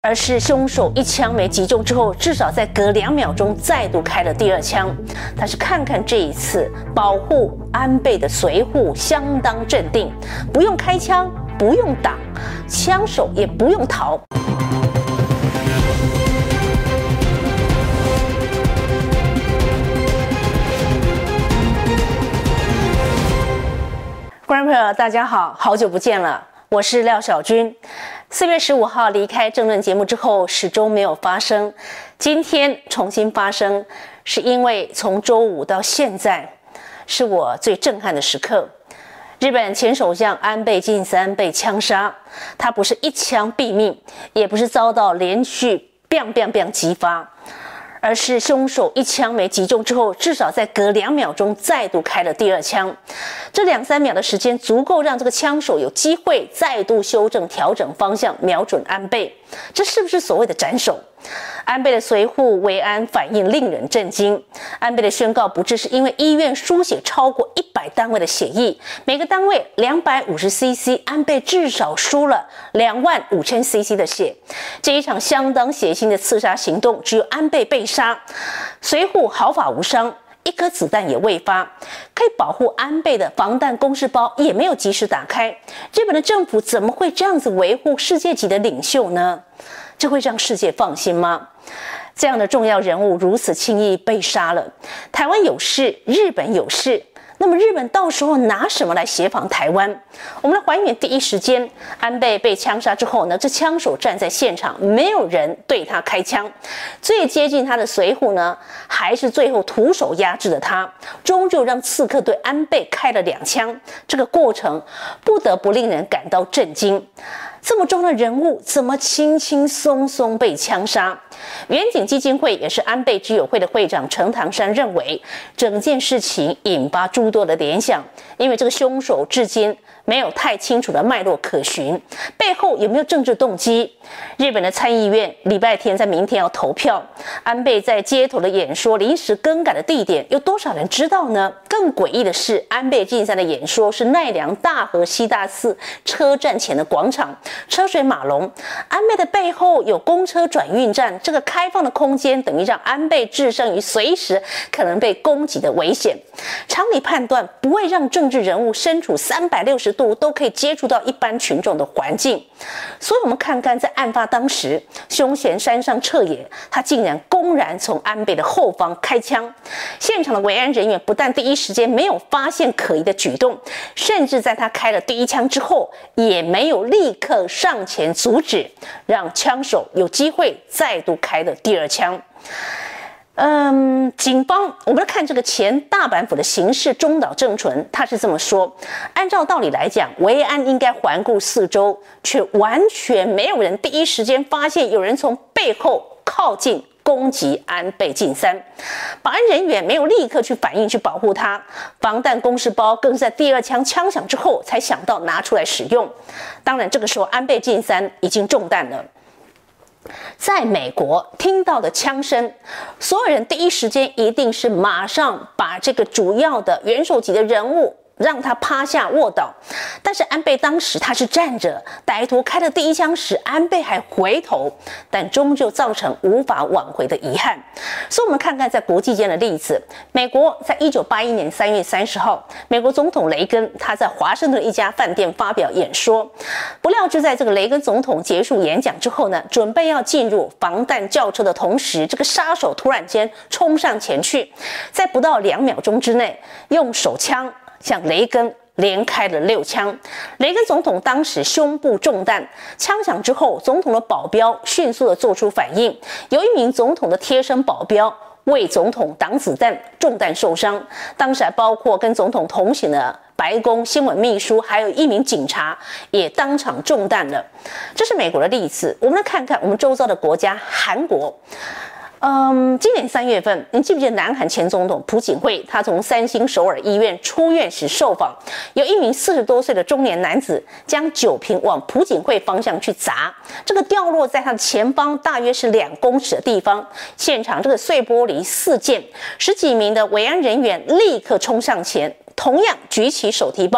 而是凶手一枪没击中之后，至少在隔2秒钟再度开了第2枪。但是看看这一次，保护安倍的随护相当镇定，不用开枪，不用挡，枪手也不用逃。观众朋友，大家好，好久不见了，我是廖小军。4月15号离开政论节目之后，始终没有发生。今天重新发生，是因为从周五到现在，是我最震撼的时刻。日本前首相安倍晋三被枪杀，他不是一枪毙命，也不是遭到连续 biang biang biang 击发，而是凶手一枪没击中之后，至少在隔2秒钟再度开了第2枪。这2-3秒的时间足够让这个枪手有机会再度修正、调整方向，瞄准安倍。这是不是所谓的斩首？安倍的随护维安反应令人震惊。安倍的宣告不治是因为医院输血超过100单位的血液，每个单位250cc， 安倍至少输了25000cc 的血。这一场相当血腥的刺杀行动，只有安倍被杀，随护毫发无伤，一颗子弹也未发，可以保护安倍的防弹公事包也没有及时打开。日本的政府怎么会这样子维护世界级的领袖呢？这会让世界放心吗？这样的重要人物如此轻易被杀了，台湾有事，日本有事，那么日本到时候拿什么来协防台湾？我们来还原第一时间，安倍被枪杀之后呢，这枪手站在现场，没有人对他开枪，最接近他的随护呢，还是最后徒手压制了他，终究让刺客对安倍开了2枪。这个过程不得不令人感到震惊。这么重要的人物怎么轻轻松松被枪杀？远景基金会也是安倍之友会的会长陈唐山认为，整件事情引发诸多的联想，因为这个凶手至今没有太清楚的脉络可循，背后有没有政治动机？日本的参议院礼拜天在明天要投票，安倍在街头的演说临时更改的地点，有多少人知道呢？更诡异的是，安倍晋三的演说是奈良大和西大寺车站前的广场，车水马龙，安倍的背后有公车转运站，这个开放的空间等于让安倍置身于随时可能被攻击的危险。常理判断不会让政治人物身处360度都可以接触到一般群众的环境，所以我们看看在案发当时，凶嫌山上彻也，他竟然公然从安倍的后方开枪，现场的维安人员不但第一时间没有发现可疑的举动，甚至在他开了第1枪之后，也没有立刻上前阻止，让枪手有机会再度开了第2枪。警方，我们来看这个前大阪府的刑事中岛正纯，他是这么说：按照道理来讲，维安应该环顾四周，却完全没有人第一时间发现有人从背后靠近攻击安倍晋三，保安人员没有立刻去反应去保护他，防弹公事包更是在第2枪枪响之后才想到拿出来使用。当然，这个时候安倍晋三已经中弹了。在美国听到的枪声，所有人第一时间一定是马上把这个主要的元首级的人物让他趴下卧倒，但是安倍当时他是站着，歹徒开了第1枪时，安倍还回头，但终究造成无法挽回的遗憾。所以我们看看在国际间的例子，美国在1981年3月30号，美国总统雷根他在华盛顿一家饭店发表演说，不料就在这个雷根总统结束演讲之后呢，准备要进入防弹轿车的同时，这个杀手突然间冲上前去，在不到2秒钟之内用手枪向雷根连开了6枪。雷根总统当时胸部中弹，枪响之后，总统的保镖迅速的做出反应，有1名总统的贴身保镖为总统挡子弹，中弹受伤。当时还包括跟总统同行的白宫新闻秘书，还有1名警察也当场中弹了。这是美国的例子。我们来看看我们周遭的国家，韩国。今年3月份，你记不记得南韩前总统朴槿惠，他从三星首尔医院出院时受访，有1名40多岁的中年男子将酒瓶往朴槿惠方向去砸，这个掉落在他的前方大约是2公尺的地方，现场这个碎玻璃4件，10几名的维安人员立刻冲上前，同样举起手提包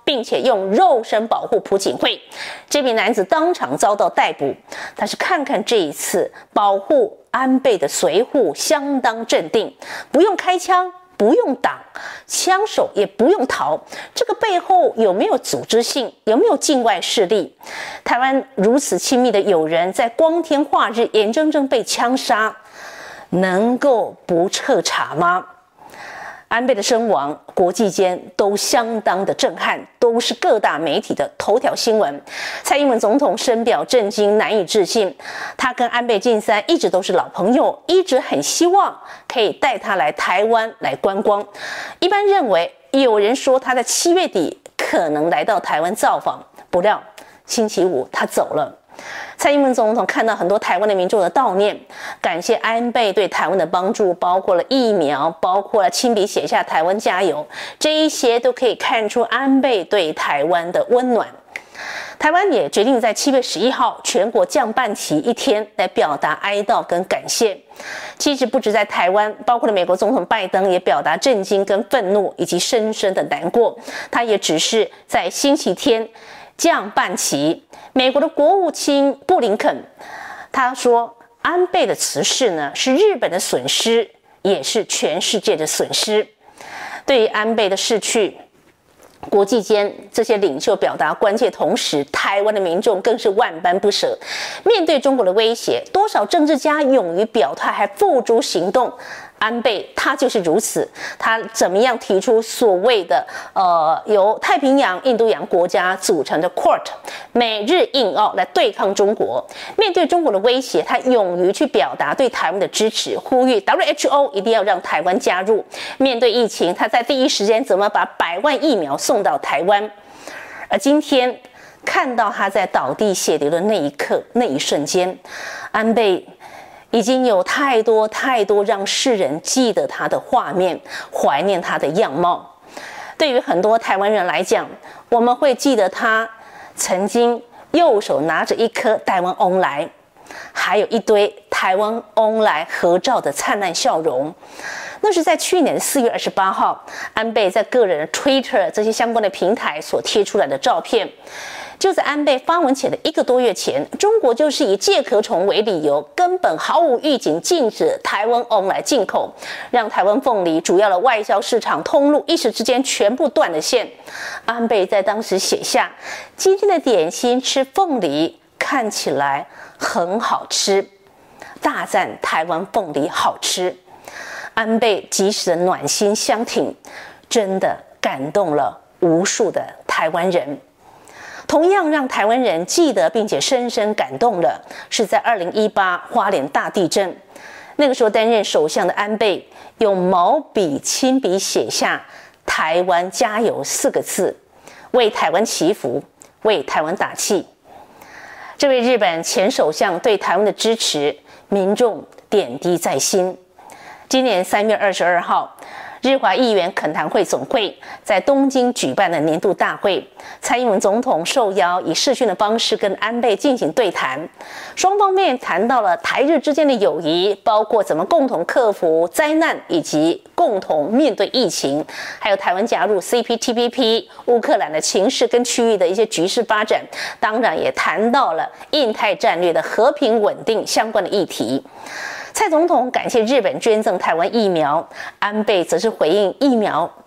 并且用肉身保护朴槿惠。这名男子当场遭到逮捕。但是看看这一次保护安倍的随护相当镇定，不用开枪，不用挡，枪手也不用逃，这个背后有没有组织性？有没有境外势力？台湾如此亲密的友人，在光天化日眼睁睁被枪杀，能够不彻查吗？安倍的身亡，国际间都相当的震撼，都是各大媒体的头条新闻。蔡英文总统深表震惊，难以置信。他跟安倍晋三一直都是老朋友，一直很希望可以带他来台湾来观光。一般认为，有人说他在7月底可能来到台湾造访，不料星期五他走了。蔡英文总统看到很多台湾的民众的悼念，感谢安倍对台湾的帮助，包括了疫苗，包括了亲笔写下台湾加油，这一些都可以看出安倍对台湾的温暖。台湾也决定在7月11号全国降半旗一天，来表达哀悼跟感谢。其实不止在台湾，包括了美国总统拜登也表达震惊跟愤怒以及深深的难过。他也只是在星期天降半旗。美国的国务卿布林肯他说，安倍的辞世呢是日本的损失，也是全世界的损失。对于安倍的逝去，国际间这些领袖表达关切，同时台湾的民众更是万般不舍。面对中国的威胁，多少政治家勇于表态还付诸行动。安倍他就是如此，他怎么样提出所谓的由太平洋、印度洋国家组成的 Quad 美日印澳来对抗中国。面对中国的威胁，他勇于去表达对台湾的支持，呼吁 WHO 一定要让台湾加入。面对疫情，他在第一时间怎么把100万疫苗送到台湾。而今天看到他在倒地血流的那一刻、那一瞬间，安倍已经有太多让世人记得他的画面，怀念他的样貌。对于很多台湾人来讲，我们会记得他曾经右手拿着一颗台湾翁来，还有一堆台湾翁来合照的灿烂笑容。那是在去年4月28号，安倍在个人的 Twitter 这些相关的平台所贴出来的照片。就在安倍发文前的1个多月前，中国就是以介壳虫为理由，根本毫无预警禁止台湾翁来进口，让台湾凤梨主要的外销市场通路一时之间全部断了线。安倍在当时写下：今天的点心吃凤梨看起来很好吃，大赞台湾凤梨好吃。安倍及时的暖心相挺，真的感动了无数的台湾人。同样让台湾人记得并且深深感动的是在2018花莲大地震，那个时候担任首相的安倍用毛笔亲笔写下台湾加油4个字，为台湾祈福，为台湾打气。这位日本前首相对台湾的支持，民众点滴在心。今年3月22号，日华议员恳谈会总会在东京举办的年度大会，蔡英文总统受邀以视讯的方式跟安倍进行对谈，双方面谈到了台日之间的友谊，包括怎么共同克服灾难以及共同面对疫情，还有台湾加入 CPTPP、乌克兰的情势跟区域的一些局势发展，当然也谈到了印太战略的和平稳定相关的议题。蔡总统感谢日本捐赠台湾疫苗，安倍则是回应疫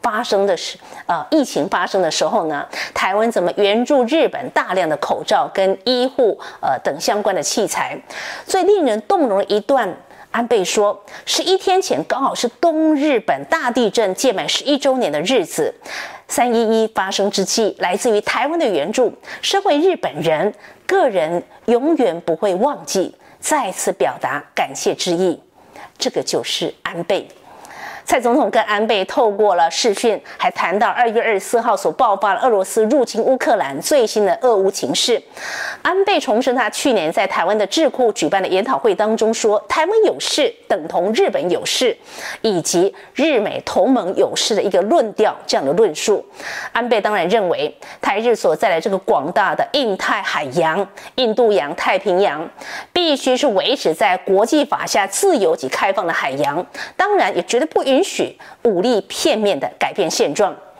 情发生的时候呢，台湾怎么援助日本大量的口罩跟医护等相关的器材。最令人动容的一段，安倍说，11天前刚好是东日本大地震届满11周年的日子。311发生之际，来自于台湾的援助，身为日本人，个人永远不会忘记，再次表达感谢之意。这个就是安倍。蔡总统跟安倍透过了视讯，还谈到2月24号所爆发的俄罗斯入侵乌克兰最新的俄乌情势。安倍重申他去年在台湾的智库举办的研讨会当中说，台湾有事等同日本有事，以及日美同盟有事的一个论调，这样的论述。安倍当然认为，台日所在的这个广大的印太海洋、印度洋、太平洋，必须是维持在国际法下自由及开放的海洋，当然也绝对不允许武力片面的改变现状。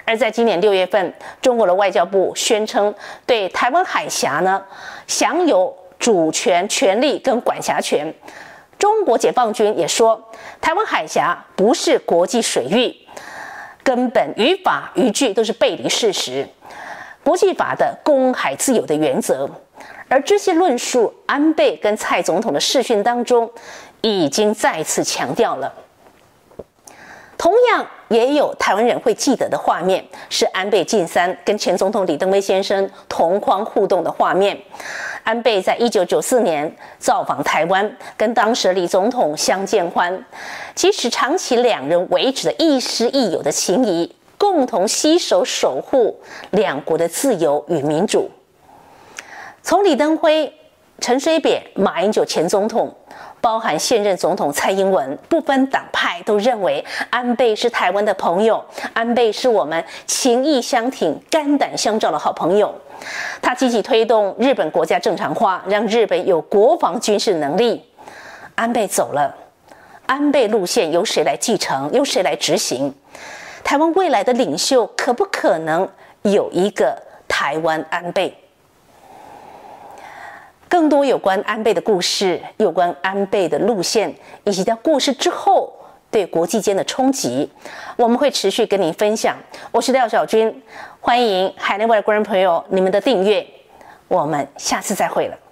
而在今年6月份，中国的外交部宣称对台湾海峡呢享有主权、权利跟管辖权。中国解放军也说，台湾海峡不是国际水域，根本于法于据都是背离事实，国际法的公海自由的原则。而这些论述，安倍跟蔡总统的视讯当中已经再次强调了。同样也有台湾人会记得的画面，是安倍晋三跟前总统李登辉先生同框互动的画面。安倍在1994年造访台湾，跟当时的李总统相见欢，即使长期两人维持的亦师亦友的情谊，共同携手守护两国的自由与民主。从李登辉、陈水扁、马英九前总统，包含现任总统蔡英文，不分党派都认为安倍是台湾的朋友，安倍是我们情义相挺、肝胆相照的好朋友。他积极推动日本国家正常化，让日本有国防军事能力。安倍走了，安倍路线由谁来继承？由谁来执行？台湾未来的领袖可不可能有一个台湾安倍？更多有关安倍的故事，有关安倍的路线，以及他过世之后对国际间的冲击，我们会持续跟您分享。我是廖小军，欢迎海内外的观众朋友你们的订阅，我们下次再会了。